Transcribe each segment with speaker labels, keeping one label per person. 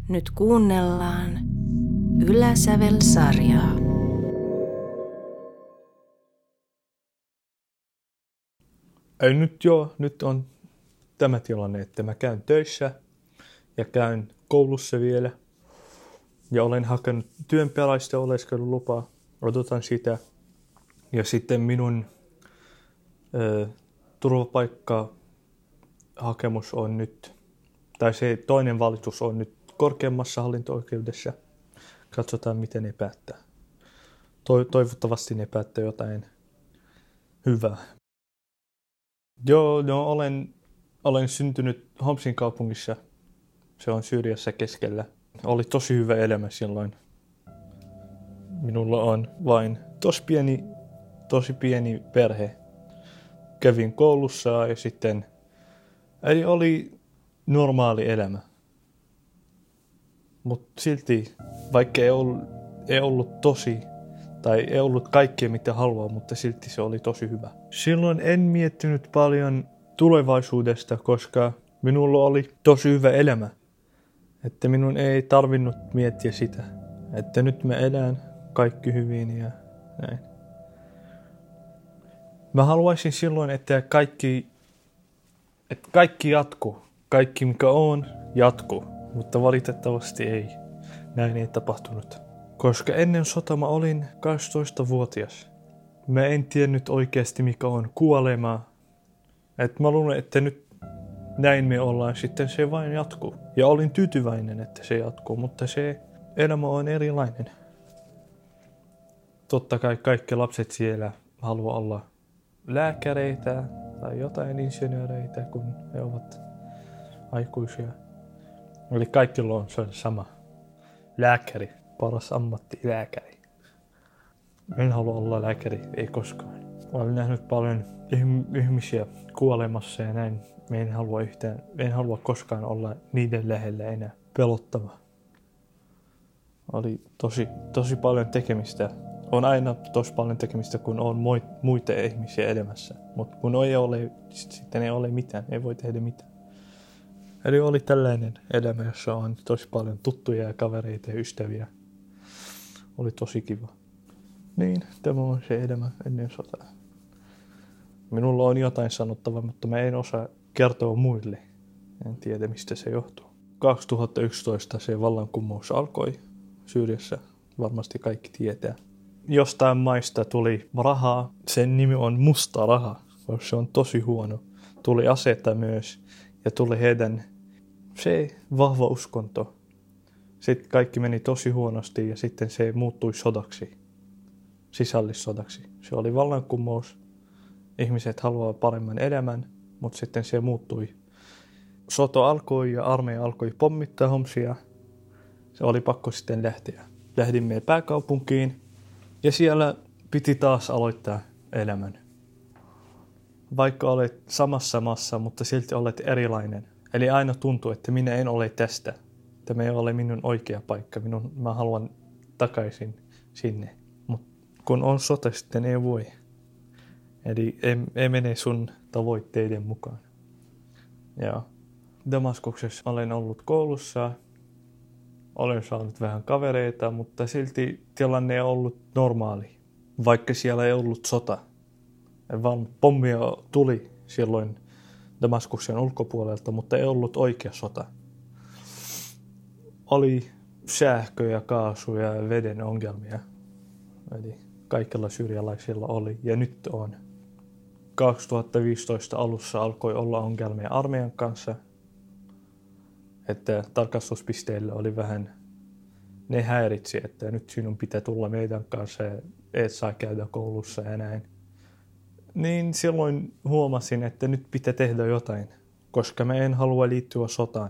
Speaker 1: Nyt kuunnellaan Yläsävel-sarjaa.
Speaker 2: Nyt on tämä tilanne, että mä käyn töissä ja käyn koulussa vielä. Ja olen hakenut työnperäistä oleskelulupaa, odotan sitä. Ja sitten minun turvapaikkahakemus on nyt, tai se toinen valitus on nyt korkeammassa hallinto-oikeudessa. Katsotaan, miten ne päättää. Toivottavasti ne päättää jotain hyvää. Olen syntynyt Homsin kaupungissa. Se on Syyriassa keskellä. Oli tosi hyvä elämä silloin. Minulla on vain tosi pieni perhe. Kävin koulussa ja sitten eli oli normaali elämä. Mutta silti, vaikka ei ollut tosi, tai ei ollut kaikkea mitä haluaa, mutta silti se oli tosi hyvä. Silloin en miettinyt paljon tulevaisuudesta, koska minulla oli tosi hyvä elämä. Että minun ei tarvinnut miettiä sitä. Että nyt mä elän kaikki hyvin ja näin. Mä haluaisin silloin, että kaikki jatkuu. Kaikki mikä on, jatkuu. Mutta valitettavasti ei. Näin ei tapahtunut. Koska ennen sotaa mä olin 12-vuotias. Mä en tiennyt oikeasti mikä on kuolema. Et mä luulen, että nyt näin me ollaan, sitten se vain jatkuu. Ja olin tyytyväinen, että se jatkuu, mutta se elämä on erilainen. Totta kai kaikki lapset siellä haluaa olla lääkäreitä tai jotain insinööreitä, kun he ovat aikuisia. Eli kaikilla on se sama. Lääkäri, paras ammatti, lääkäri. En halua olla lääkäri, ei koskaan. Olen nähnyt paljon ihmisiä kuolemassa ja näin. En halua koskaan olla niiden lähellä enää. Pelottava. Oli tosi paljon tekemistä. On aina tosi paljon tekemistä, kun on muita ihmisiä elämässä. Mutta kun ei ole, sitten ei ole mitään. Ei voi tehdä mitään. Eli oli tällainen elämä, jossa on tosi paljon tuttuja ja kavereita ja ystäviä. Oli tosi kiva. Niin, tämä on se elämä ennen sotaa. Minulla on jotain sanottavaa, mutta mä en osaa kertoa muille. En tiedä, mistä se johtuu. 2011 se vallankumous alkoi Syyriassa. Varmasti kaikki tietää. Jostain maista tuli rahaa. Sen nimi on musta raha, koska se on tosi huono. Tuli aseita myös ja tuli heidän se vahva uskonto. Sitten kaikki meni tosi huonosti ja sitten se muuttui sodaksi. Sisällissodaksi. Se oli vallankumous. Ihmiset haluaa paremman elämän, mutta sitten se muuttui. Sota alkoi ja armeija alkoi pommittaa Homsia. Se oli pakko sitten lähteä. Lähdimme pääkaupunkiin ja siellä piti taas aloittaa elämän. Vaikka olet samassa maassa, mutta silti olet erilainen. Eli aina tuntuu, että minä en ole tästä. Tämä ei ole minun oikea paikka. Mä haluan takaisin sinne. Mutta kun on sota, sitten ei voi. Eli ei mene sun tavoitteiden mukaan. Ja Damaskuksessa olen ollut koulussa. Olen saanut vähän kavereita, mutta silti tilanne ei ollut normaali. Vaikka siellä ei ollut sota. Vaan pommia tuli silloin Damaskuksen ulkopuolelta, mutta ei ollut oikea sota. Oli sähkö ja kaasu ja veden ongelmia. Eli kaikilla syyrialaisilla oli ja nyt on. 2015 alussa alkoi olla ongelmia armeijan kanssa. Että tarkastuspisteillä oli vähän, ne häiritsi, että nyt sinun pitää tulla meidän kanssa ja et saa käydä koulussa ja näin. Niin silloin huomasin, että nyt pitää tehdä jotain, koska mä en halua liittyä sotaan.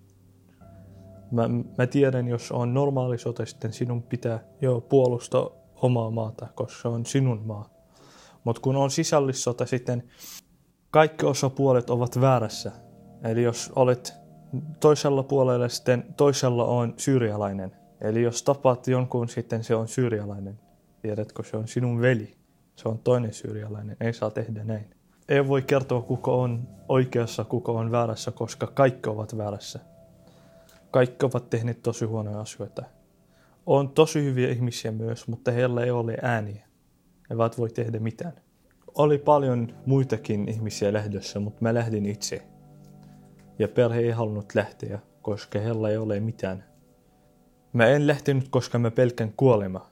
Speaker 2: Mä tiedän, jos on normaali sota, sitten sinun pitää jo puolustaa omaa maata, koska se on sinun maa. Mutta kun on sisällissota, sitten kaikki osapuolet ovat väärässä. Eli jos olet toisella puolella, sitten toisella on syyrialainen. Eli jos tapaat jonkun, sitten se on syyrialainen. Tiedätkö, se on sinun veli. Se on toinen syyrialainen. Ei saa tehdä näin. Ei voi kertoa, kuka on oikeassa, kuka on väärässä, koska kaikki ovat väärässä. Kaikki ovat tehneet tosi huonoja asioita. On tosi hyviä ihmisiä myös, mutta heillä ei ole ääniä. He eivät voi tehdä mitään. Oli paljon muitakin ihmisiä lähdössä, mutta mä lähdin itse. Ja perhe ei halunnut lähteä, koska heillä ei ole mitään. Mä en lähtenyt, koska mä pelkän kuolema.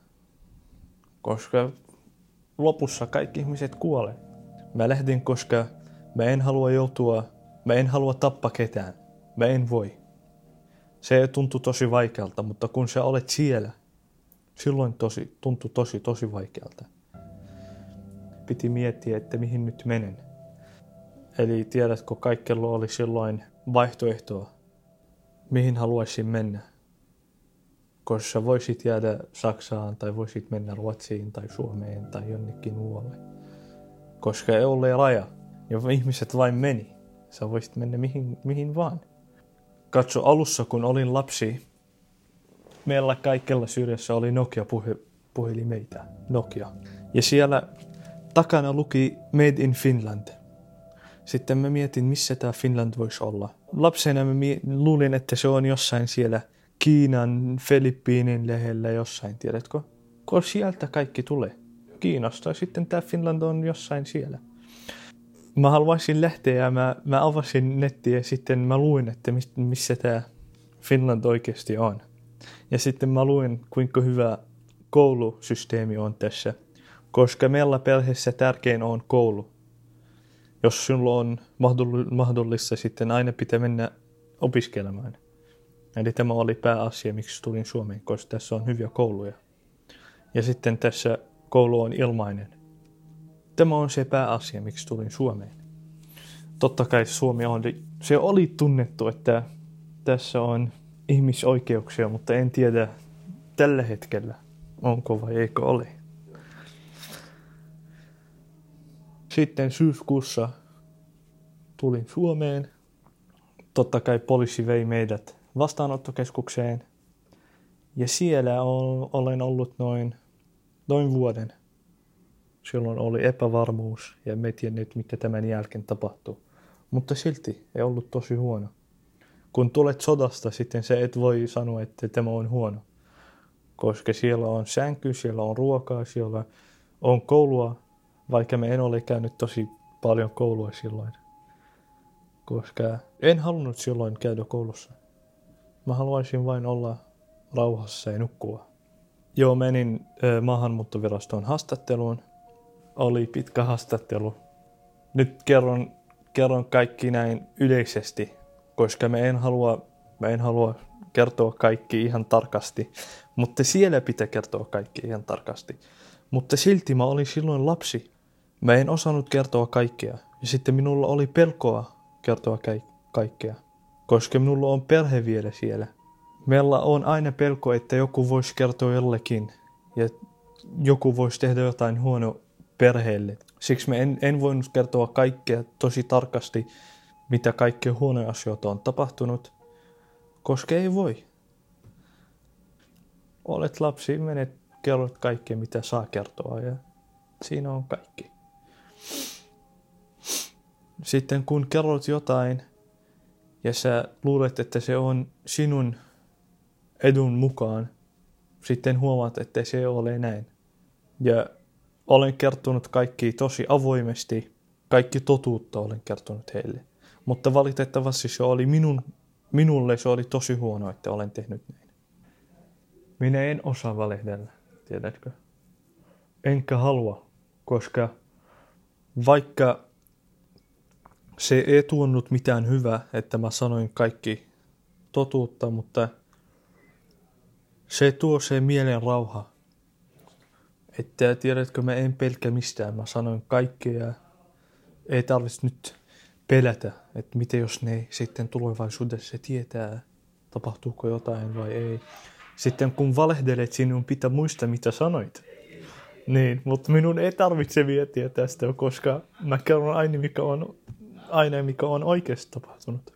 Speaker 2: Koska lopussa kaikki ihmiset kuolee. Mä lähdin, koska mä en halua tappaa ketään. Mä en voi. Se tuntuu tosi vaikealta, mutta kun sä olet siellä, silloin tuntuu tosi vaikealta. Piti miettiä, että mihin nyt menen. Eli tiedätkö, kaikilla oli silloin vaihtoehtoa, mihin haluaisin mennä. Koska voisit jäädä Saksaan tai voisit mennä Ruotsiin tai Suomeen tai jonnekin muualle. Koska ei ole raja. Ja ihmiset vain meni. Sä voisit mennä mihin vaan. Katso, alussa kun olin lapsi, meillä kaikilla syrjässä oli Nokia-puhelimeita. Nokia. Ja siellä takana luki Made in Finland. Sitten mä mietin, missä tämä Finland voisi olla. Lapsena mä luulin, että se on jossain siellä Kiinan, Filippiinin lähellä jossain, tiedätkö? Kun sieltä kaikki tulee. Kiinasta, sitten tämä Finland on jossain siellä. Mä haluaisin lähteä ja mä avasin nettiä ja sitten mä luin, että missä tämä Finland oikeasti on. Ja sitten mä luin, kuinka hyvä koulusysteemi on tässä. Koska meillä perheessä tärkein on koulu. Jos sinulla on mahdollista, sitten aina pitää mennä opiskelemaan. Eli tämä oli pääasia, miksi tulin Suomeen, koska tässä on hyviä kouluja. Ja sitten tässä koulu on ilmainen. Tämä on se pääasia, miksi tulin Suomeen. Totta kai se oli tunnettu, että tässä on ihmisoikeuksia, mutta en tiedä tällä hetkellä, onko vai eikö ole. Sitten syyskuussa tulin Suomeen. Totta kai poliisi vei meidät vastaanottokeskukseen. Ja siellä olen ollut noin vuoden. Silloin oli epävarmuus ja me tiennyt, mitä tämän jälkeen tapahtuu. Mutta silti ei ollut tosi huono. Kun tulet sodasta, sitten se et voi sanoa, että tämä on huono. Koska siellä on sänky, siellä on ruokaa, siellä on koulua. Vaikka me en ole käynyt tosi paljon koulua silloin. Koska en halunnut silloin käydä koulussa. Mä haluaisin vain olla rauhassa ja nukkua. Joo, menin maahanmuuttoviraston haastatteluun. Oli pitkä haastattelu. Nyt kerron kaikki näin yleisesti, koska mä en halua kertoa kaikki ihan tarkasti. Mutta siellä pitää kertoa kaikki ihan tarkasti. Mutta silti mä olin silloin lapsi. Mä en osannut kertoa kaikkea. Ja sitten minulla oli pelkoa kertoa kaikkea. Koska minulla on perhe vielä siellä. Meillä on aina pelko, että joku voisi kertoa jollekin. Ja joku voisi tehdä jotain huonoa perheelle. Siksi mä en voinut kertoa kaikkea tosi tarkasti, mitä kaikkia huonoja asioita on tapahtunut. Koska ei voi. Olet lapsi, menet kerrot kaikkea, mitä saa kertoa. Ja siinä on kaikki. Sitten kun kerrot jotain ja sä luulet, että se on sinun edun mukaan, sitten huomaat, että se ei ole näin. Ja olen kertonut kaikki tosi avoimesti, kaikki totuutta olen kertonut heille. Mutta valitettavasti se oli minulle se oli tosi huono, että olen tehnyt näin. Minä en osaa valehdella, tiedätkö? Enkä halua, koska vaikka se ei tuonut mitään hyvää, että mä sanoin kaikki totuutta, mutta se tuo se mielen rauha. Että tiedätkö, mä en pelkää mistään. Mä sanoin kaikkea. Ei tarvitse nyt pelätä, että mitä jos ne sitten tulevaisuudessa tietää, tapahtuuko jotain vai ei. Sitten kun valehdelet, sinun pitää muistaa, mitä sanoit. Niin, mutta minun ei tarvitse miettiä tästä, koska mä kerron aina, mikä on oikeasti tapahtunut.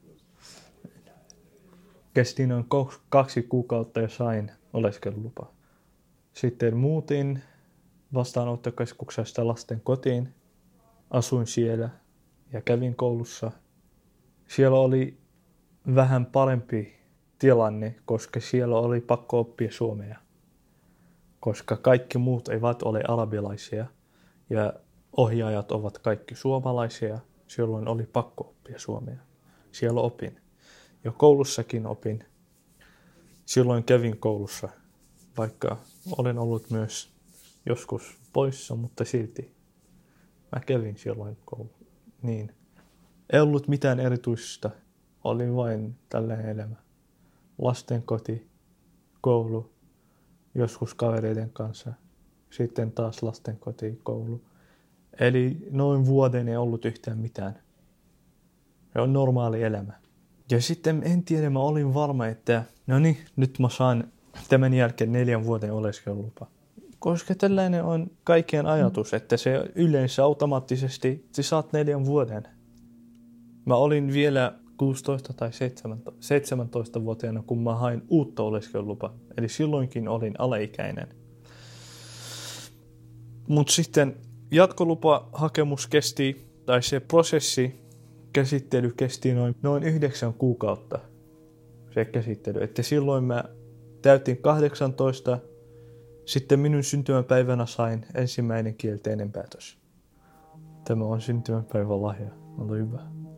Speaker 2: Kesti noin 2 kuukautta ja sain oleskelulupa. Sitten muutin vastaanottokeskuksesta lasten kotiin. Asuin siellä ja kävin koulussa. Siellä oli vähän parempi tilanne, koska siellä oli pakko oppia suomea. Koska kaikki muut eivät ole arabilaisia ja ohjaajat ovat kaikki suomalaisia, silloin oli pakko oppia suomea. Siellä opin. Ja koulussakin opin. Silloin kävin koulussa, vaikka olen ollut myös joskus poissa, mutta silti mä kävin silloin koulussa. Niin. Ei ollut mitään erityistä, oli vain tällainen elämä. Lastenkoti, koulu, joskus kavereiden kanssa, sitten taas lastenkoti, koulu. Eli noin vuoden ei ollut yhtään mitään. Se on normaali elämä. Ja sitten en tiedä, mä olin varma, että no niin, nyt mä saan tämän jälkeen 4 vuoden oleskelulupa. Koska tällainen on kaikkien ajatus, että se yleensä automaattisesti sä saat 4 vuoden. Mä olin vielä 16 tai 17-vuotiaana, kun mä hain uutta oleskelulupaa. Eli silloinkin olin alaikäinen. Mutta sitten jatkolupahakemus kesti, tai se käsittely kesti noin 9 kuukautta. Se käsittely. Että silloin mä täytin 18, sitten minun syntymäpäivänä sain ensimmäinen kielteinen päätös. Tämä on syntymäpäivän lahja. Oli hyvä.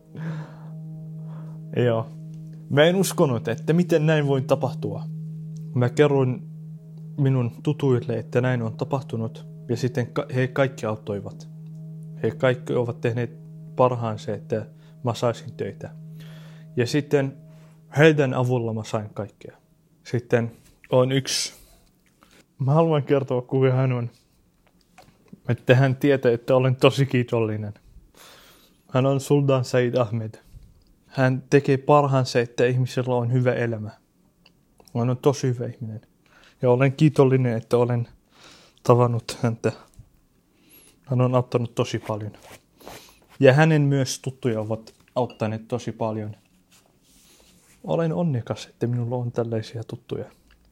Speaker 2: Joo. Mä en uskonut, että miten näin voi tapahtua. Mä kerroin minun tutuille, että näin on tapahtunut. Ja sitten he kaikki auttoivat. He kaikki ovat tehneet parhaansa, että mä saisin töitä. Ja sitten heidän avulla mä sain kaikkea. Sitten on yksi. Mä haluan kertoa, kuka hän on. Että hän tietää, että olen tosi kiitollinen. Hän on Sultan Said Ahmed. Hän tekee parhaansa, että ihmisellä on hyvä elämä. Hän on tosi hyvä ihminen. Ja olen kiitollinen, että olen tavannut häntä. Hän on auttanut tosi paljon. Ja hänen myös tuttuja ovat auttaneet tosi paljon. Olen onnekas, että minulla on tällaisia tuttuja.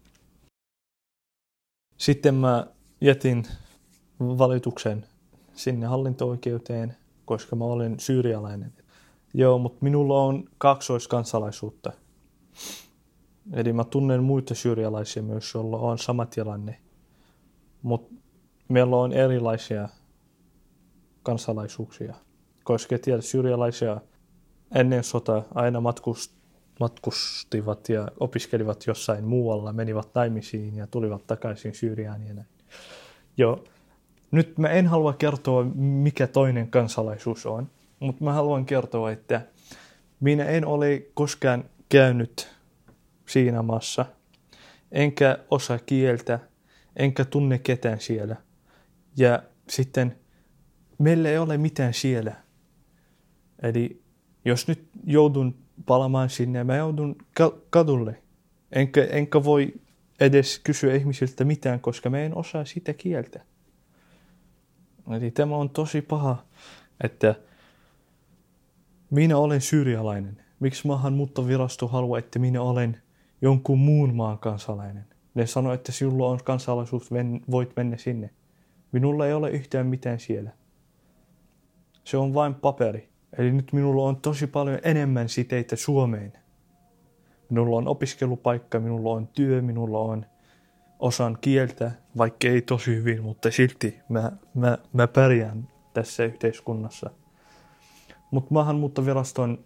Speaker 2: Sitten mä jätin valituksen sinne hallinto-oikeuteen, koska mä olen syyrialainen. Joo, mutta minulla on kaksoiskansalaisuutta. Eli mä tunnen muita syyrialaisia myös, joilla on sama tilanne. Mutta meillä on erilaisia kansalaisuuksia. Koska tiedät, syyrialaisia ennen sotaa aina matkustivat ja opiskelivat jossain muualla, menivät naimisiin ja tulivat takaisin Syyriaan ja näin. Joo. Nyt mä en halua kertoa, mikä toinen kansalaisuus on, mutta mä haluan kertoa, että minä en ole koskaan käynyt siinä maassa, enkä osaa kieltä, enkä tunne ketään siellä. Ja sitten meillä ei ole mitään siellä. Eli jos nyt joudun palamaan sinne, mä joudun kadulle. Enkä voi edes kysyä ihmisiltä mitään, koska mä en osaa sitä kieltä. Eli tämä on tosi paha, että minä olen syyrialainen. Miksi maahanmuuttovirasto haluaa, että minä olen jonkun muun maan kansalainen? Ne sanoo, että sinulla on kansalaisuus, voit mennä sinne. Minulla ei ole yhtään mitään siellä. Se on vain paperi. Eli nyt minulla on tosi paljon enemmän siteitä Suomeen. Minulla on opiskelupaikka, minulla on työ, minulla on osan kieltä, vaikka ei tosi hyvin, mutta silti mä pärjään tässä yhteiskunnassa. Mutta maahanmuuttoviraston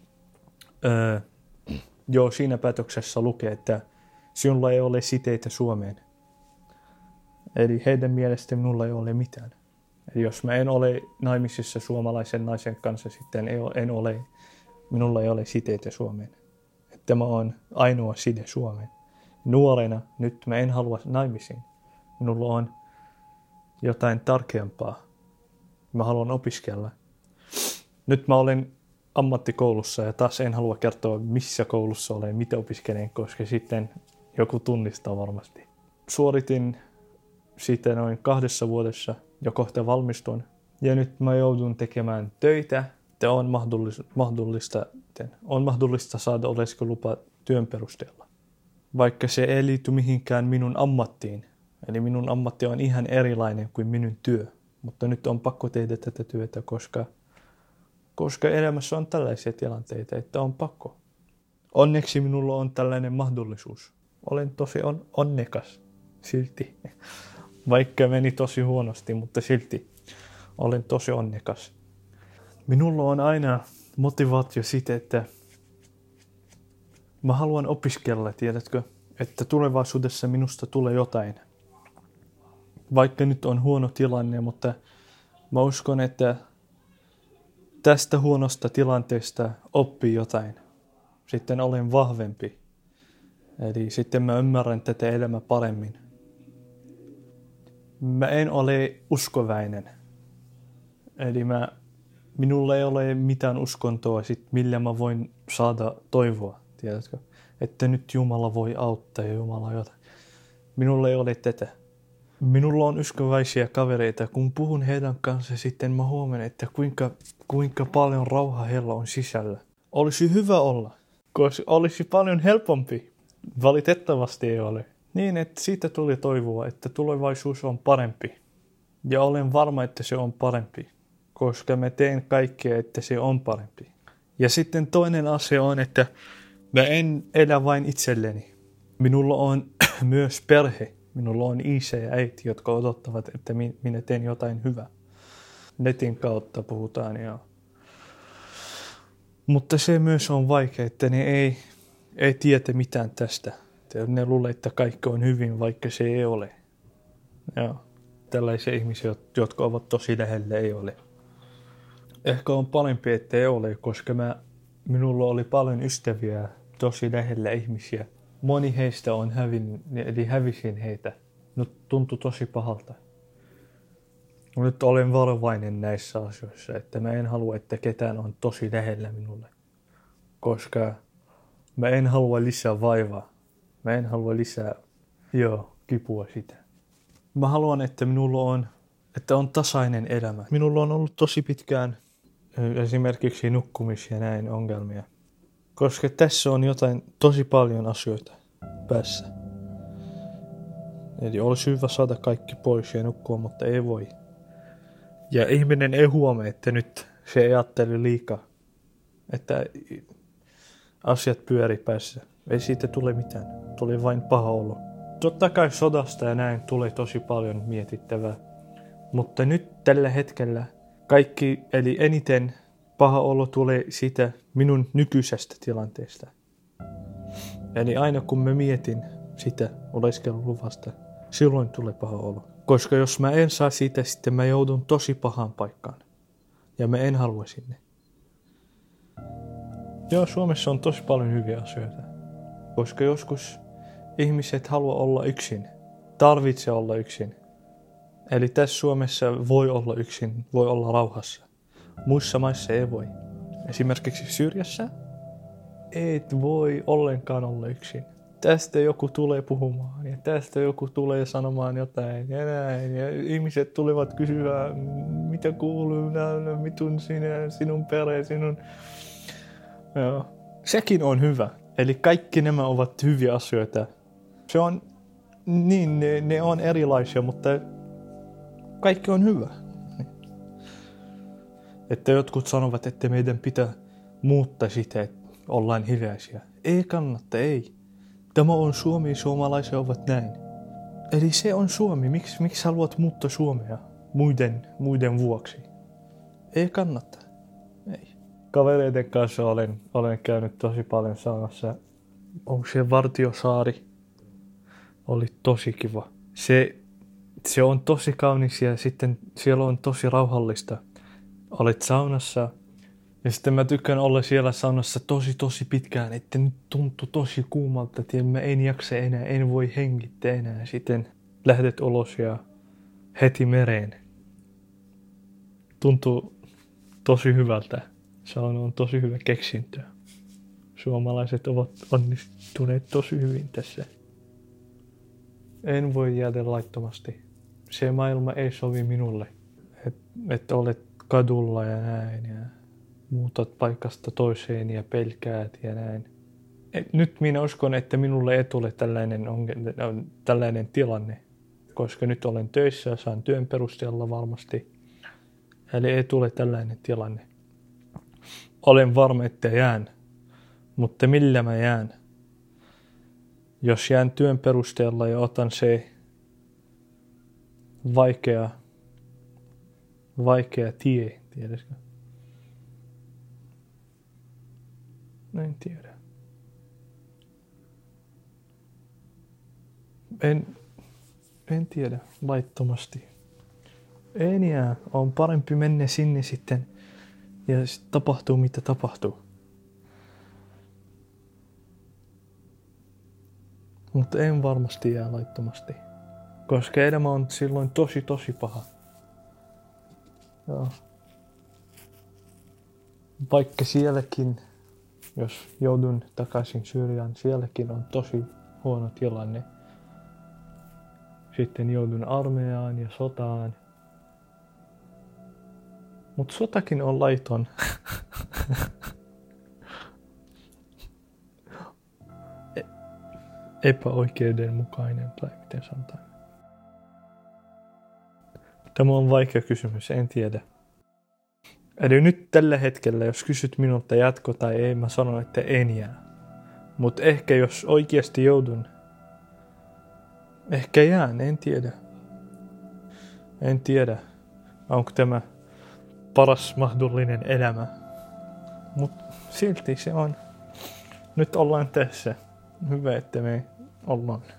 Speaker 2: siinä päätöksessä lukee, että sinulla ei ole siteitä Suomeen. Eli heidän mielestä minulla ei ole mitään. Eli jos mä en ole naimisissa suomalaisen naisen kanssa, sitten minulla ei ole siteitä Suomeen. Tämä on ainoa side Suomeen. Nuorena nyt mä en halua naimisiin. Minulla on jotain tärkeämpää. Mä haluan opiskella. Nyt mä olen ammattikoulussa ja taas en halua kertoa, missä koulussa olen, mitä opiskelen, koska sitten joku tunnistaa varmasti. Suoritin siitä noin 2 vuodessa ja kohta valmistun. Ja nyt mä joudun tekemään töitä. Että on mahdollista saada oleskelulupa työn perusteella. Vaikka se ei liity mihinkään minun ammattiin. Eli minun ammatti on ihan erilainen kuin minun työ. Mutta nyt on pakko tehdä tätä työtä, koska elämässä on tällaisia tilanteita, että on pakko. Onneksi minulla on tällainen mahdollisuus. Olen tosi onnekas silti. Vaikka meni tosi huonosti, mutta silti olen tosi onnekas. Minulla on aina motivaatio siitä, että mä haluan opiskella, tiedätkö, että tulevaisuudessa minusta tulee jotain. Vaikka nyt on huono tilanne, mutta mä uskon, että tästä huonosta tilanteesta oppii jotain. Sitten olen vahvempi. Eli sitten mä ymmärrän tätä elämää paremmin. Mä en ole uskovainen. Eli minulla ei ole mitään uskontoa, millä mä voin saada toivoa, tiedätkö? Että nyt Jumala voi auttaa ja Jumala jotain. Minulla ei ole tätä. Minulla on uskovaisia kavereita. Kun puhun heidän kanssa, sitten mä huomaan, että kuinka paljon rauhaa heillä on sisällä. Olisi hyvä olla, koska olisi paljon helpompi. Valitettavasti ei ole. Niin, että siitä tuli toivoa, että tulevaisuus on parempi. Ja olen varma, että se on parempi, koska mä teen kaikkea, että se on parempi. Ja sitten toinen asia on, että mä en elä vain itselleni. Minulla on myös perhe. Minulla on isä ja äiti, jotka odottavat, että minä teen jotain hyvää. Netin kautta puhutaan. Ja... Mutta se myös on vaikea, että ne ei tiedä mitään tästä. Ne luulee, että kaikki on hyvin, vaikka se ei ole. Ja tällaisia ihmisiä, jotka ovat tosi lähellä, ei ole. Ehkä on parempi, että ei ole, koska minulla oli paljon ystäviä, tosi lähellä ihmisiä. Moni heistä on hävinnyt, eli hävisin heitä. Nyt tuntui tosi pahalta. Nyt olen varovainen näissä asioissa, että mä en halua, että ketään on tosi lähellä minulle. Koska mä en halua lisää vaivaa. Mä en halua lisää kipua sitä. Mä haluan, että minulla on tasainen elämä. Minulla on ollut tosi pitkään esimerkiksi nukkumisia ja näin ongelmia. Koska tässä on tosi paljon asioita päässä. Eli olisi hyvä saada kaikki pois ja nukkua, mutta ei voi. Ja ihminen ei huomaa, että nyt se ajatteli liikaa. Että asiat pyöri päässä. Ei siitä tule mitään. Tuli vain paha olo. Totta kai sodasta ja näin tuli tosi paljon mietittävää. Mutta nyt tällä hetkellä kaikki, eli eniten paha olo tulee siitä minun nykyisestä tilanteesta. Eli aina kun mä mietin sitä oleskeluluvasta, silloin tulee paha olo. Koska jos mä en saa siitä, sitten mä joudun tosi pahaan paikkaan. Ja mä en halua sinne. Joo, Suomessa on tosi paljon hyviä asioita. Koska joskus ihmiset haluaa olla yksin. Tarvitsee olla yksin. Eli tässä Suomessa voi olla yksin, voi olla rauhassa. Muissa maissa ei voi. Esimerkiksi Syyriassa et voi ollenkaan olla yksin. Tästä joku tulee puhumaan ja tästä joku tulee sanomaan jotain ja näin. Ja ihmiset tulevat kysyä, mitä kuuluu, mitun sinun perhe, sinun... Joo. Sekin on hyvä. Eli kaikki nämä ovat hyviä asioita. Se on, niin ne on erilaisia, mutta kaikki on hyvä. Että jotkut sanovat, että meidän pitää muuttaa sitä, että ollaan hiljaisia. Ei kannata, ei. Tämä on Suomi, suomalaiset ovat näin. Eli se on Suomi. Miksi haluat muuttaa Suomea muiden vuoksi? Ei kannata. Ei. Kavereiden kanssa olen käynyt tosi paljon saunassa. Onko se Vartiosaari? Oli tosi kiva. Se on tosi kaunis ja sitten siellä on tosi rauhallista. Olet saunassa ja sitten mä tykkään olla siellä saunassa tosi pitkään, että nyt tuntuu tosi kuumalta, että mä en jaksa enää, en voi hengittää enää. Sitten lähdet ulos ja heti mereen. Tuntuu tosi hyvältä. Sauna on tosi hyvä keksintö. Suomalaiset ovat onnistuneet tosi hyvin tässä. En voi jäädä laittomasti. Se maailma ei sovi minulle. Että olet kadulla ja näin ja muutat paikasta toiseen ja pelkäät ja näin. Nyt minä uskon, että minulle ei tule tällainen tilanne, koska nyt olen töissä ja saan työn perusteella varmasti. Eli ei tule tällainen tilanne. Olen varma, että jään, Mutta millä mä jään? Jos jään työn perusteella ja otan se vaikea tie, tiedätkö? En tiedä. En tiedä, laittomasti. En jää, on parempi mennä sinne sitten ja sit tapahtuu mitä tapahtuu. Mutta en varmasti jää laittomasti, koska elämä on silloin tosi paha. Joo. Vaikka sielläkin, jos joudun takaisin Syyriaan, sielläkin on tosi huono tilanne. Sitten joudun armeijaan ja sotaan. Mut sotakin on laiton. Epäoikeudenmukainen, tai miten sanotaan. Tämä on vaikea kysymys, en tiedä. Eli nyt tällä hetkellä, jos kysyt minulta jatko tai ei, mä sanon, että en jää. Mut ehkä jos oikeasti joudun, ehkä jään, en tiedä. En tiedä, onko tämä paras mahdollinen elämä. Mut silti se on. Nyt ollaan tässä. Hyvä, että me ollaan.